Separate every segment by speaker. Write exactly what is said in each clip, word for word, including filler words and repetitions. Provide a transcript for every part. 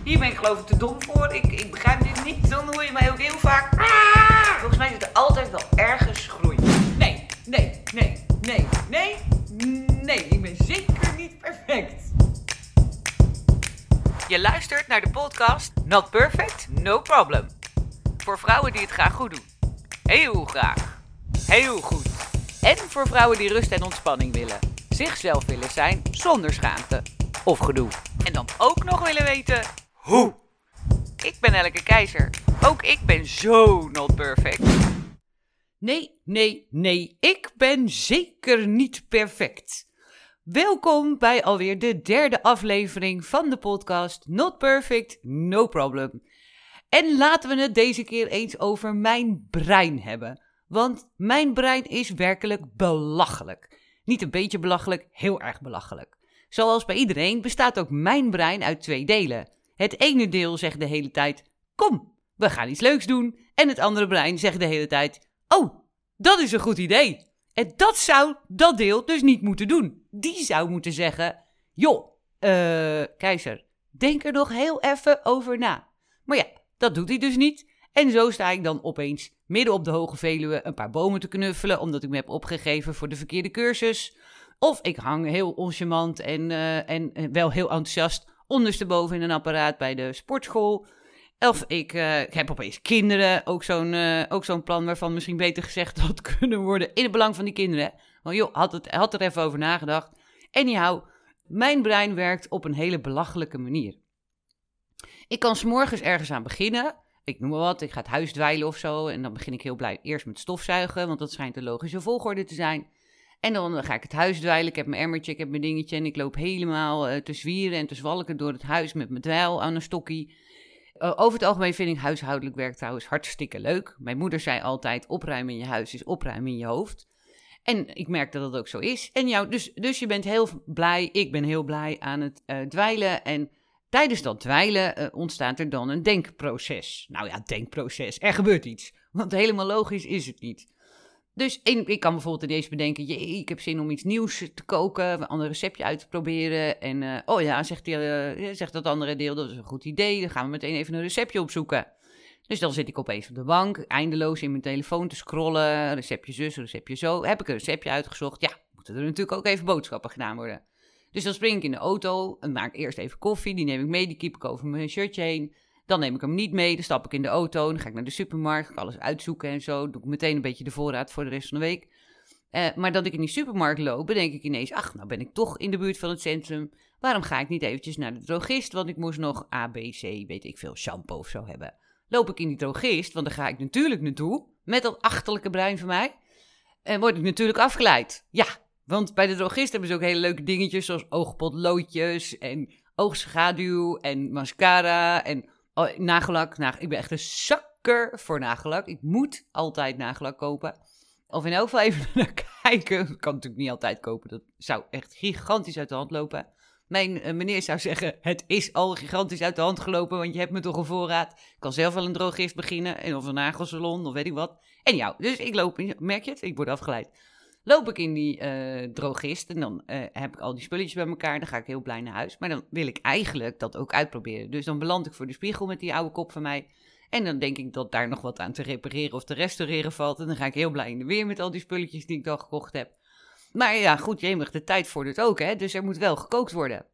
Speaker 1: Hier ben ik geloof ik te dom voor. Ik, ik begrijp dit niet. Dan hoor je mij ook heel vaak. Ah! Volgens mij zit er altijd wel ergens groei. Nee, nee, nee, nee, nee, nee. Ik ben zeker niet perfect. Je luistert naar de podcast Not Perfect, No Problem. Voor vrouwen die het graag goed doen. Heel graag. Heel goed. En voor vrouwen die rust en ontspanning willen. Zichzelf willen zijn zonder schaamte of gedoe. En dan ook nog willen weten hoe. Ik ben Elke Keizer. Ook ik ben zo not perfect. Nee, nee, nee. Ik ben zeker niet perfect. Welkom bij alweer de derde aflevering van de podcast Not Perfect, No Problem. En laten we het deze keer eens over mijn brein hebben. Want mijn brein is werkelijk belachelijk. Niet een beetje belachelijk, heel erg belachelijk. Zoals bij iedereen bestaat ook mijn brein uit twee delen. Het ene deel zegt de hele tijd, kom, we gaan iets leuks doen. En het andere brein zegt de hele tijd, oh, dat is een goed idee. En dat zou dat deel dus niet moeten doen. Die zou moeten zeggen, joh, eh, Keizer, denk er nog heel even over na. Maar ja, dat doet hij dus niet. En zo sta ik dan opeens midden op de Hoge Veluwe een paar bomen te knuffelen, omdat ik me heb opgegeven voor de verkeerde cursus. Of ik hang heel oncharmant en, uh, en wel heel enthousiast ondersteboven in een apparaat bij de sportschool. Of ik, uh, ik heb opeens kinderen, ook zo'n, uh, ook zo'n plan waarvan misschien beter gezegd had kunnen worden in het belang van die kinderen. Want joh, had, het, had er even over nagedacht. Anyhow, mijn brein werkt op een hele belachelijke manier. Ik kan 's morgens ergens aan beginnen. Ik noem maar wat, ik ga het huis dweilen of zo. En dan begin ik heel blij eerst met stofzuigen, want dat schijnt de logische volgorde te zijn. En dan ga ik het huis dweilen, ik heb mijn emmertje, ik heb mijn dingetje. En ik loop helemaal uh, te zwieren en te zwalken door het huis met mijn dweil aan een stokkie. Uh, over het algemeen vind ik huishoudelijk werk trouwens hartstikke leuk. Mijn moeder zei altijd, opruimen in je huis is opruimen in je hoofd. En ik merk dat dat ook zo is. En jou, dus, dus je bent heel blij, ik ben heel blij aan het uh, dweilen. En tijdens dat dweilen uh, ontstaat er dan een denkproces. Nou ja, denkproces, er gebeurt iets. Want helemaal logisch is het niet. Dus en, ik kan bijvoorbeeld ineens bedenken, jee, ik heb zin om iets nieuws te koken, een ander receptje uit te proberen. En uh, oh ja, zegt, die, uh, zegt dat andere deel, dat is een goed idee, dan gaan we meteen even een receptje opzoeken. Dus dan zit ik opeens op de bank, eindeloos in mijn telefoon te scrollen, receptje zus, receptje zo. Heb ik een receptje uitgezocht, ja, moeten er natuurlijk ook even boodschappen gedaan worden. Dus dan spring ik in de auto en maak eerst even koffie, die neem ik mee, die kiep ik over mijn shirtje heen. Dan neem ik hem niet mee, dan stap ik in de auto, dan ga ik naar de supermarkt, ga ik alles uitzoeken en zo. Doe ik meteen een beetje de voorraad voor de rest van de week. Uh, maar dat ik in die supermarkt loop, bedenk ik ineens, ach, nou ben ik toch in de buurt van het centrum. Waarom ga ik niet eventjes naar de drogist, want ik moest nog A, B, C, weet ik veel, shampoo of zo hebben. Loop ik in die drogist, want daar ga ik natuurlijk naartoe, met dat achterlijke brein van mij. En word ik natuurlijk afgeleid. Ja, want bij de drogist hebben ze ook hele leuke dingetjes, zoals oogpotloodjes en oogschaduw en mascara en oh, nagellak. Nag- ik ben echt een zakker voor nagellak. Ik moet altijd nagellak kopen. Of in elk geval even naar kijken. Ik kan natuurlijk niet altijd kopen. Dat zou echt gigantisch uit de hand lopen. Mijn uh, meneer zou zeggen, het is al gigantisch uit de hand gelopen, want je hebt me toch een voorraad. Ik kan zelf wel een drogist beginnen, en of een nagelsalon, of weet ik wat. En ja, dus ik loop, in, merk je het? Ik word afgeleid. Loop ik in die uh, drogist en dan uh, heb ik al die spulletjes bij elkaar. Dan ga ik heel blij naar huis. Maar dan wil ik eigenlijk dat ook uitproberen. Dus dan beland ik voor de spiegel met die oude kop van mij. En dan denk ik dat daar nog wat aan te repareren of te restaureren valt. En dan ga ik heel blij in de weer met al die spulletjes die ik dan gekocht heb. Maar ja, goed, jemig, de tijd vordert ook, hè. Dus er moet wel gekookt worden.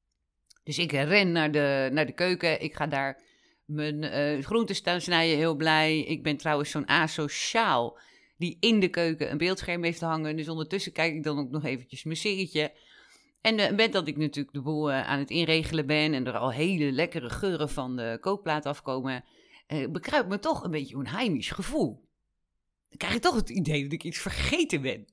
Speaker 1: Dus ik ren naar de, naar de keuken. Ik ga daar mijn uh, groenten staan snijden, heel blij. Ik ben trouwens zo'n asociaal die in de keuken een beeldscherm heeft hangen. Dus ondertussen kijk ik dan ook nog eventjes mijn serietje. En uh, met dat ik natuurlijk de boel uh, aan het inregelen ben en er al hele lekkere geuren van de kookplaat afkomen, uh, bekruipt me toch een beetje een heimisch gevoel. Dan krijg je toch het idee dat ik iets vergeten ben.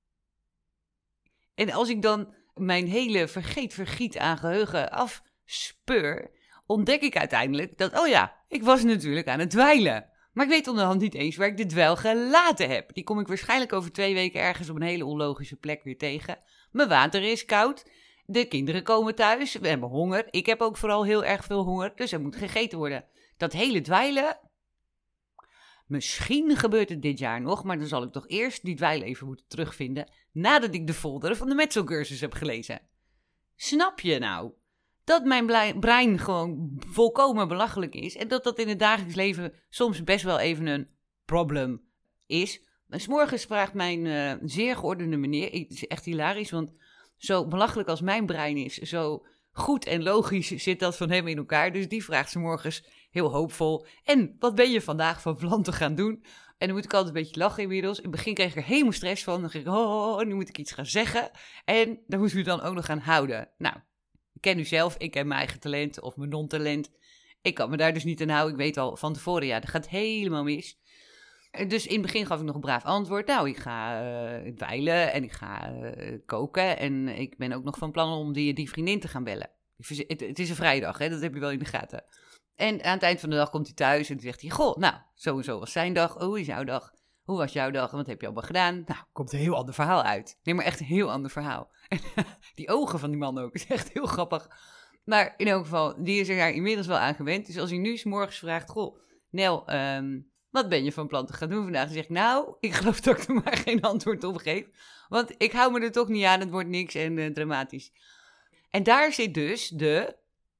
Speaker 1: En als ik dan mijn hele vergeet-vergiet aan geheugen afspeur, ontdek ik uiteindelijk dat, oh ja, ik was natuurlijk aan het dweilen. Maar ik weet onderhand niet eens waar ik de dweil gelaten heb. Die kom ik waarschijnlijk over twee weken ergens op een hele onlogische plek weer tegen. Mijn water is koud. De kinderen komen thuis. We hebben honger. Ik heb ook vooral heel erg veel honger. Dus er moet gegeten worden. Dat hele dweilen. Misschien gebeurt het dit jaar nog. Maar dan zal ik toch eerst die dweilen even moeten terugvinden. Nadat ik de folder van de metselcursus heb gelezen. Snap je nou? dat mijn blij- brein gewoon volkomen belachelijk is. En dat dat in het dagelijks leven soms best wel even een probleem is. En 's morgens vraagt mijn uh, zeer geordende meneer, het is echt hilarisch, want zo belachelijk als mijn brein is, zo goed en logisch zit dat van hem in elkaar. Dus die vraagt 's morgens heel hoopvol, en wat ben je vandaag van plan te gaan doen? En dan moet ik altijd een beetje lachen inmiddels. In het begin kreeg ik er helemaal stress van. Dan ging ik, oh, nu moet ik iets gaan zeggen. En dan moeten we dan ook nog gaan houden. Nou, ik ken u zelf, ik ken mijn eigen talent of mijn non-talent. Ik kan me daar dus niet aan houden. Ik weet al van tevoren, ja, dat gaat helemaal mis. Dus in het begin gaf ik nog een braaf antwoord. Nou, ik ga uh, dweilen en ik ga uh, koken. En ik ben ook nog van plan om die, die vriendin te gaan bellen. Het, het is een vrijdag, hè? Dat heb je wel in de gaten. En aan het eind van de dag komt hij thuis en dan zegt hij, goh, nou, sowieso was zijn dag. Hoe is jouw dag? Hoe was jouw dag? En wat heb je allemaal gedaan? Nou, komt een heel ander verhaal uit. Nee, maar echt een heel ander verhaal. En die ogen van die man ook, is echt heel grappig. Maar in elk geval, die is er daar inmiddels wel aan gewend. Dus als hij nu 's morgens vraagt, goh, Nel, um, wat ben je van plan te gaan doen vandaag? Dan zeg ik, nou, ik geloof dat ik er maar geen antwoord op geef. Want ik hou me er toch niet aan, het wordt niks en uh, dramatisch. En daar zit dus de,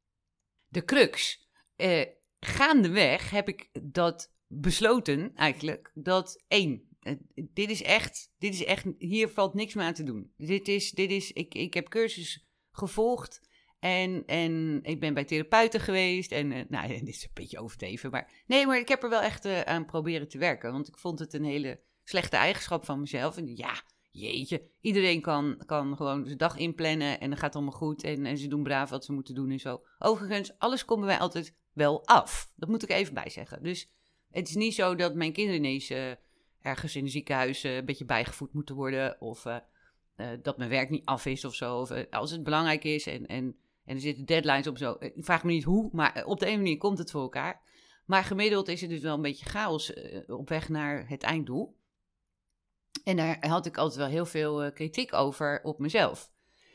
Speaker 1: de crux. Uh, gaandeweg heb ik dat besloten eigenlijk, dat één, uh, dit is echt, dit is echt, hier valt niks meer aan te doen. Dit is, dit is, ik, ik heb cursus gevolgd en, en ik ben bij therapeuten geweest en, uh, nou, dit is een beetje overdreven, maar nee, maar ik heb er wel echt uh, aan proberen te werken, want ik vond het een hele slechte eigenschap van mezelf. En ja, jeetje, iedereen kan, kan gewoon zijn dag inplannen en dan gaat het allemaal goed en, en ze doen braaf wat ze moeten doen en zo. Overigens, alles komen wij altijd wel af. Dat moet ik even bijzeggen. Dus het is niet zo dat mijn kinderen ineens uh, ergens in een ziekenhuis uh, een beetje bijgevoed moeten worden of uh, uh, dat mijn werk niet af is of zo. Of, uh, als het belangrijk is en, en, en er zitten deadlines op zo. Ik vraag me niet hoe, maar op de ene manier komt het voor elkaar. Maar gemiddeld is het dus wel een beetje chaos uh, op weg naar het einddoel. En daar had ik altijd wel heel veel uh, kritiek over op mezelf.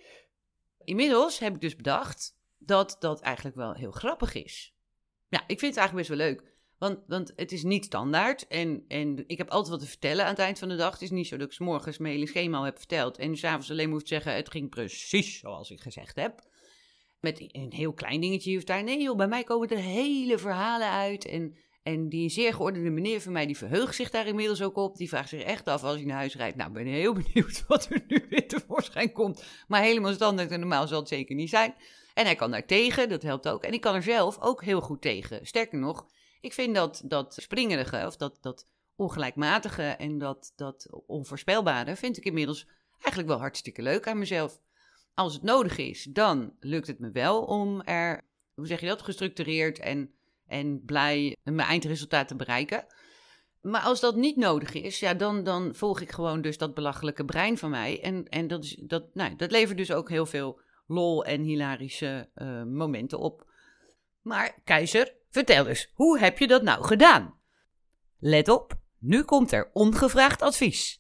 Speaker 1: Inmiddels heb ik dus bedacht dat dat eigenlijk wel heel grappig is. Ja, ik vind het eigenlijk best wel leuk. Want, want het is niet standaard. En, en ik heb altijd wat te vertellen aan het eind van de dag. Het is niet zo dat ik 's morgens mijn hele schema al heb verteld. En 's avonds alleen moet zeggen, het ging precies zoals ik gezegd heb. Met een heel klein dingetje hier of daar. Nee joh, bij mij komen er hele verhalen uit. En, en die zeer geordende meneer van mij, die verheugt zich daar inmiddels ook op. Die vraagt zich echt af als hij naar huis rijdt. Nou, ik ben heel benieuwd wat er nu weer tevoorschijn komt. Maar helemaal standaard en normaal zal het zeker niet zijn. En hij kan daar tegen, dat helpt ook. En ik kan er zelf ook heel goed tegen. Sterker nog, ik vind dat, dat springerige, of dat, dat ongelijkmatige en dat, dat onvoorspelbare, vind ik inmiddels eigenlijk wel hartstikke leuk aan mezelf. Als het nodig is, dan lukt het me wel om er, hoe zeg je dat, gestructureerd en, en blij mijn eindresultaat te bereiken. Maar als dat niet nodig is, ja, dan, dan volg ik gewoon dus dat belachelijke brein van mij. En, en dat, is, dat, nou, dat levert dus ook heel veel lol en hilarische uh, momenten op. Maar Keizer, vertel eens, hoe heb je dat nou gedaan? Let op, nu komt er ongevraagd advies.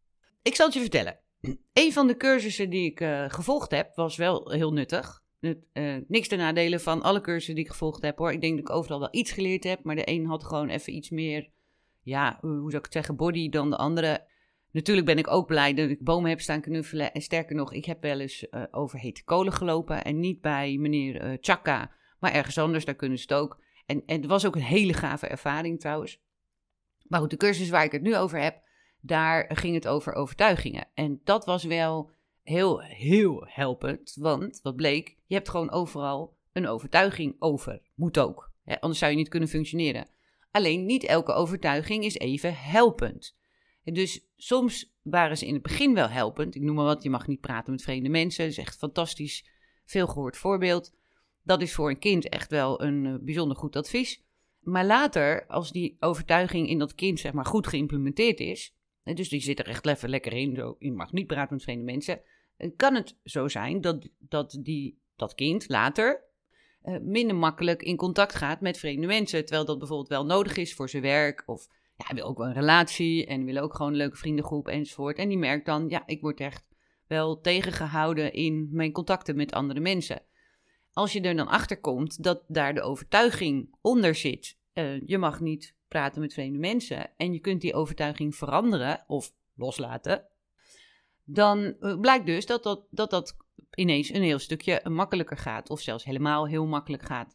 Speaker 1: Ik zal het je vertellen. Een van de cursussen die ik uh, gevolgd heb, was wel heel nuttig. Het, uh, niks ten nadele van alle cursussen die ik gevolgd heb, hoor. Ik denk dat ik overal wel iets geleerd heb, maar de een had gewoon even iets meer, ja, hoe zou ik het zeggen, body dan de andere. Natuurlijk ben ik ook blij dat ik bomen heb staan knuffelen. En sterker nog, ik heb wel eens uh, over hete kolen gelopen. En niet bij meneer uh, Chaka, maar ergens anders, daar kunnen ze het ook. En, en het was ook een hele gave ervaring trouwens. Maar goed, de cursus waar ik het nu over heb, daar ging het over overtuigingen. En dat was wel heel, heel helpend. Want, wat bleek, je hebt gewoon overal een overtuiging over. Moet ook. Hè? Anders zou je niet kunnen functioneren. Alleen niet elke overtuiging is even helpend. Dus soms waren ze in het begin wel helpend. Ik noem maar wat, je mag niet praten met vreemde mensen. Dat is echt een fantastisch, veel gehoord voorbeeld. Dat is voor een kind echt wel een uh, bijzonder goed advies. Maar later, als die overtuiging in dat kind zeg maar goed geïmplementeerd is, dus die zit er echt even lekker in, zo, je mag niet praten met vreemde mensen, kan het zo zijn dat, dat die, dat kind later uh, minder makkelijk in contact gaat met vreemde mensen. Terwijl dat bijvoorbeeld wel nodig is voor zijn werk of ja, hij wil ook wel een relatie en wil ook gewoon een leuke vriendengroep enzovoort. En die merkt dan, ja, ik word echt wel tegengehouden in mijn contacten met andere mensen. Als je er dan achter komt dat daar de overtuiging onder zit, uh, je mag niet praten met vreemde mensen en je kunt die overtuiging veranderen of loslaten, dan uh, blijkt dus dat dat, dat dat
Speaker 2: ineens een heel stukje makkelijker gaat. Of zelfs helemaal heel makkelijk gaat.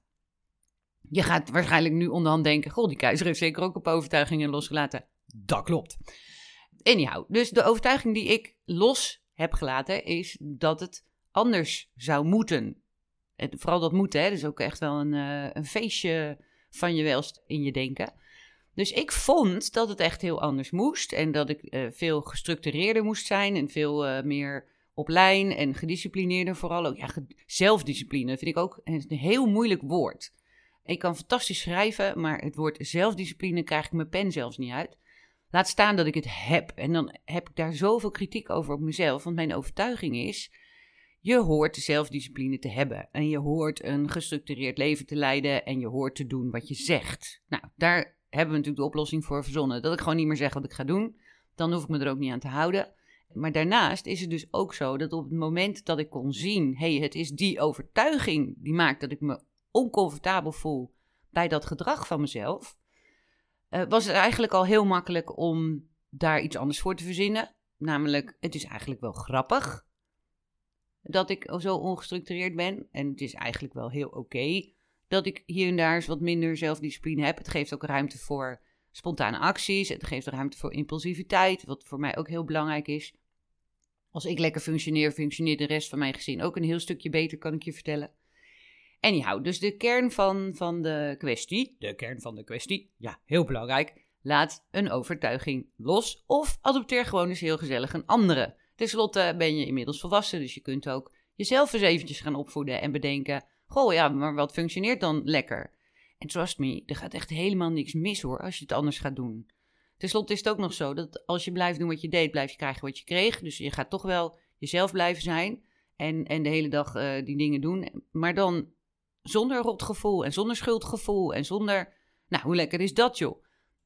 Speaker 2: Je gaat waarschijnlijk nu onderhand denken, goh, die keizer heeft zeker ook een paar overtuigingen losgelaten. Dat klopt. Anyhow, dus de overtuiging die ik los heb gelaten is dat het anders zou moeten. En vooral dat moeten, hè, dus ook echt wel een, uh, een feestje van je welst in je denken. Dus ik vond dat het echt heel anders moest en dat ik uh, veel gestructureerder moest zijn en veel uh, meer op lijn en gedisciplineerder vooral ook. Ja, zelfdiscipline vind ik ook een heel moeilijk woord. Ik kan fantastisch schrijven, maar het woord zelfdiscipline krijg ik mijn pen zelfs niet uit. Laat staan dat ik het heb. En dan heb ik daar zoveel kritiek over op mezelf. Want mijn overtuiging is, je hoort zelfdiscipline te hebben. En je hoort een gestructureerd leven te leiden. En je hoort te doen wat je zegt. Nou, daar hebben we natuurlijk de oplossing voor verzonnen. Dat ik gewoon niet meer zeg wat ik ga doen. Dan hoef ik me er ook niet aan te houden. Maar daarnaast is het dus ook zo dat op het moment dat ik kon zien, hé, hey, het is die overtuiging die maakt dat ik me oncomfortabel voel bij dat gedrag van mezelf, uh, was het eigenlijk al heel makkelijk om daar iets anders voor te verzinnen. Namelijk, het is eigenlijk wel grappig dat ik zo ongestructureerd ben. En het is eigenlijk wel heel oké okay dat ik hier en daar eens wat minder zelfdiscipline heb. Het geeft ook ruimte voor spontane acties. Het geeft ruimte voor impulsiviteit, wat voor mij ook heel belangrijk is. Als ik lekker functioneer, functioneert de rest van mijn gezin ook een heel stukje beter, kan ik je vertellen. Anyhow, dus de kern van, van de kwestie, de kern van de kwestie, ja, heel belangrijk, laat een overtuiging los of adopteer gewoon eens heel gezellig een andere. Ten slotte ben je inmiddels volwassen, dus je kunt ook jezelf eens eventjes gaan opvoeden en bedenken, goh ja, maar wat functioneert dan lekker? En trust me, er gaat echt helemaal niks mis hoor, als je het anders gaat doen. Ten slotte is het ook nog zo dat als je blijft doen wat je deed, blijf je krijgen wat je kreeg. Dus je gaat toch wel jezelf blijven zijn en, en de hele dag uh, die dingen doen, maar dan zonder rotgevoel en zonder schuldgevoel en zonder, nou hoe lekker is dat joh?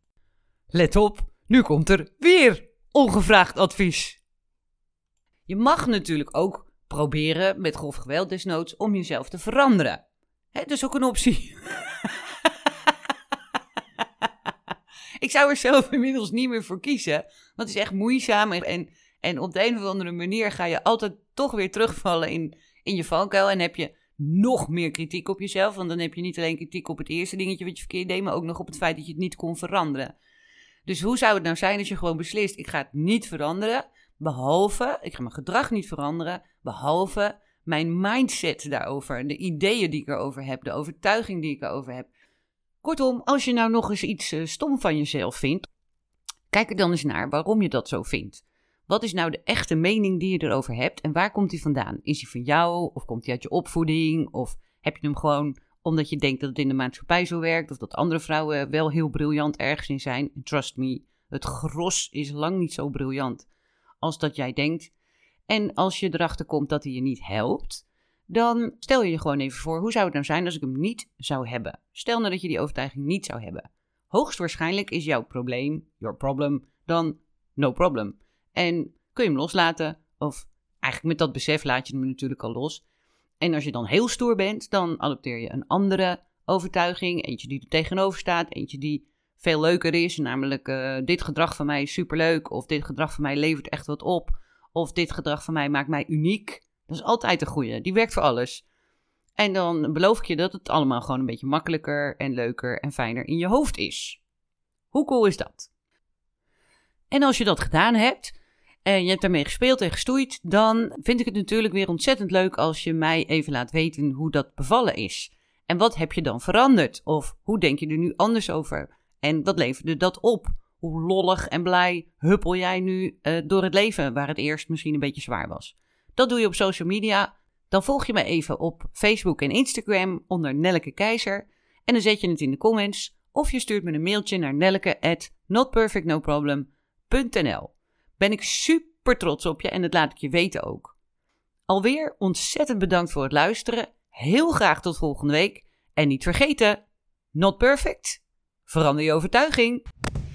Speaker 2: Let op, nu komt er weer ongevraagd advies. Je mag natuurlijk ook proberen, met grof geweld desnoods, om jezelf te veranderen. Hè, dat is ook een optie. Ik zou er zelf inmiddels niet meer voor kiezen, want het is echt moeizaam en, en op de een of andere manier ga je altijd toch weer terugvallen in, in je valkuil en heb je nog meer kritiek op jezelf, want dan heb je niet alleen kritiek op het eerste dingetje wat je verkeerd deed, maar ook nog op het feit dat je het niet kon veranderen. Dus hoe zou het nou zijn als je gewoon beslist, ik ga het niet veranderen, behalve, ik ga mijn gedrag niet veranderen, behalve mijn mindset daarover, de ideeën die ik erover heb, de overtuiging die ik erover heb. Kortom, als je nou nog eens iets uh, stom van jezelf vindt, kijk er dan eens naar waarom je dat zo vindt. Wat is nou de echte mening die je erover hebt en waar komt die vandaan? Is die van jou of komt die uit je opvoeding of heb je hem gewoon omdat je denkt dat het in de maatschappij zo werkt of dat andere vrouwen wel heel briljant ergens in zijn? Trust me, het gros is lang niet zo briljant als dat jij denkt. En als je erachter komt dat hij je niet helpt, dan stel je je gewoon even voor, hoe zou het nou zijn als ik hem niet zou hebben? Stel nou dat je die overtuiging niet zou hebben. Hoogstwaarschijnlijk is jouw probleem, your problem, dan no problem. En kun je hem loslaten, of eigenlijk met dat besef laat je hem natuurlijk al los. En als je dan heel stoer bent, dan adopteer je een andere overtuiging. Eentje die er tegenover staat, eentje die veel leuker is. Namelijk, uh, dit gedrag van mij is superleuk, of dit gedrag van mij levert echt wat op. Of dit gedrag van mij maakt mij uniek. Dat is altijd een goeie, die werkt voor alles. En dan beloof ik je dat het allemaal gewoon een beetje makkelijker en leuker en fijner in je hoofd is. Hoe cool is dat? En als je dat gedaan hebt en je hebt daarmee gespeeld en gestoeid, dan vind ik het natuurlijk weer ontzettend leuk als je mij even laat weten hoe dat bevallen is. En wat heb je dan veranderd? Of hoe denk je er nu anders over? En wat leverde dat op? Hoe lollig en blij huppel jij nu uh, door het leven waar het eerst misschien een beetje zwaar was? Dat doe je op social media. Dan volg je me even op Facebook en Instagram onder Nelleke Keizer. En dan zet je het in de comments. Of je stuurt me een mailtje naar nelleke at notperfectnoproblem punt n l. Ben ik super trots op je en dat laat ik je weten ook. Alweer ontzettend bedankt voor het luisteren. Heel graag tot volgende week. En niet vergeten, not perfect. Verander je overtuiging.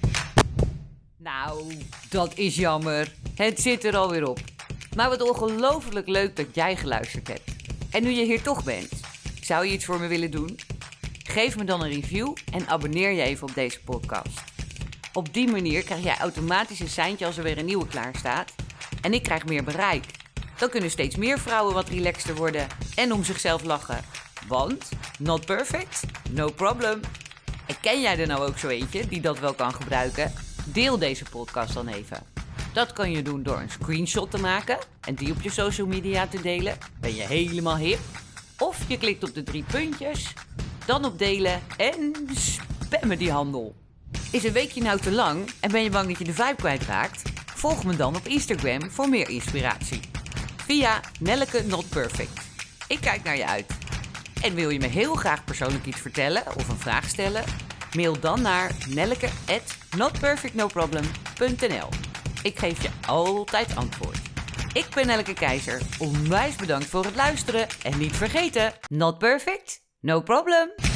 Speaker 2: Nou, dat is jammer. Het zit er alweer op. Maar wat ongelooflijk leuk dat jij geluisterd hebt. En nu je hier toch bent, zou je iets voor me willen doen? Geef me dan een review en abonneer je even op deze podcast. Op die manier krijg jij automatisch een seintje als er weer een nieuwe klaar staat. En ik krijg meer bereik. Dan kunnen steeds meer vrouwen wat relaxter worden en om zichzelf lachen. Want, not perfect, no problem. En ken jij er nou ook zo eentje die dat wel kan gebruiken? Deel deze podcast dan even. Dat kan je doen door een screenshot te maken en die op je social media te delen. Ben je helemaal hip? Of je klikt op de drie puntjes, dan op delen en spammen die handel. Is een weekje nou te lang en ben je bang dat je de vibe kwijtraakt? Volg me dan op Instagram voor meer inspiratie. Via Nelleke Not Perfect. Ik kijk naar je uit. En wil je me heel graag persoonlijk iets vertellen of een vraag stellen? Mail dan naar nelleke at not perfect no problem punt n l. Ik geef je altijd antwoord. Ik ben Nelleke Keizer. Onwijs bedankt voor het luisteren. En niet vergeten, not perfect, no problem.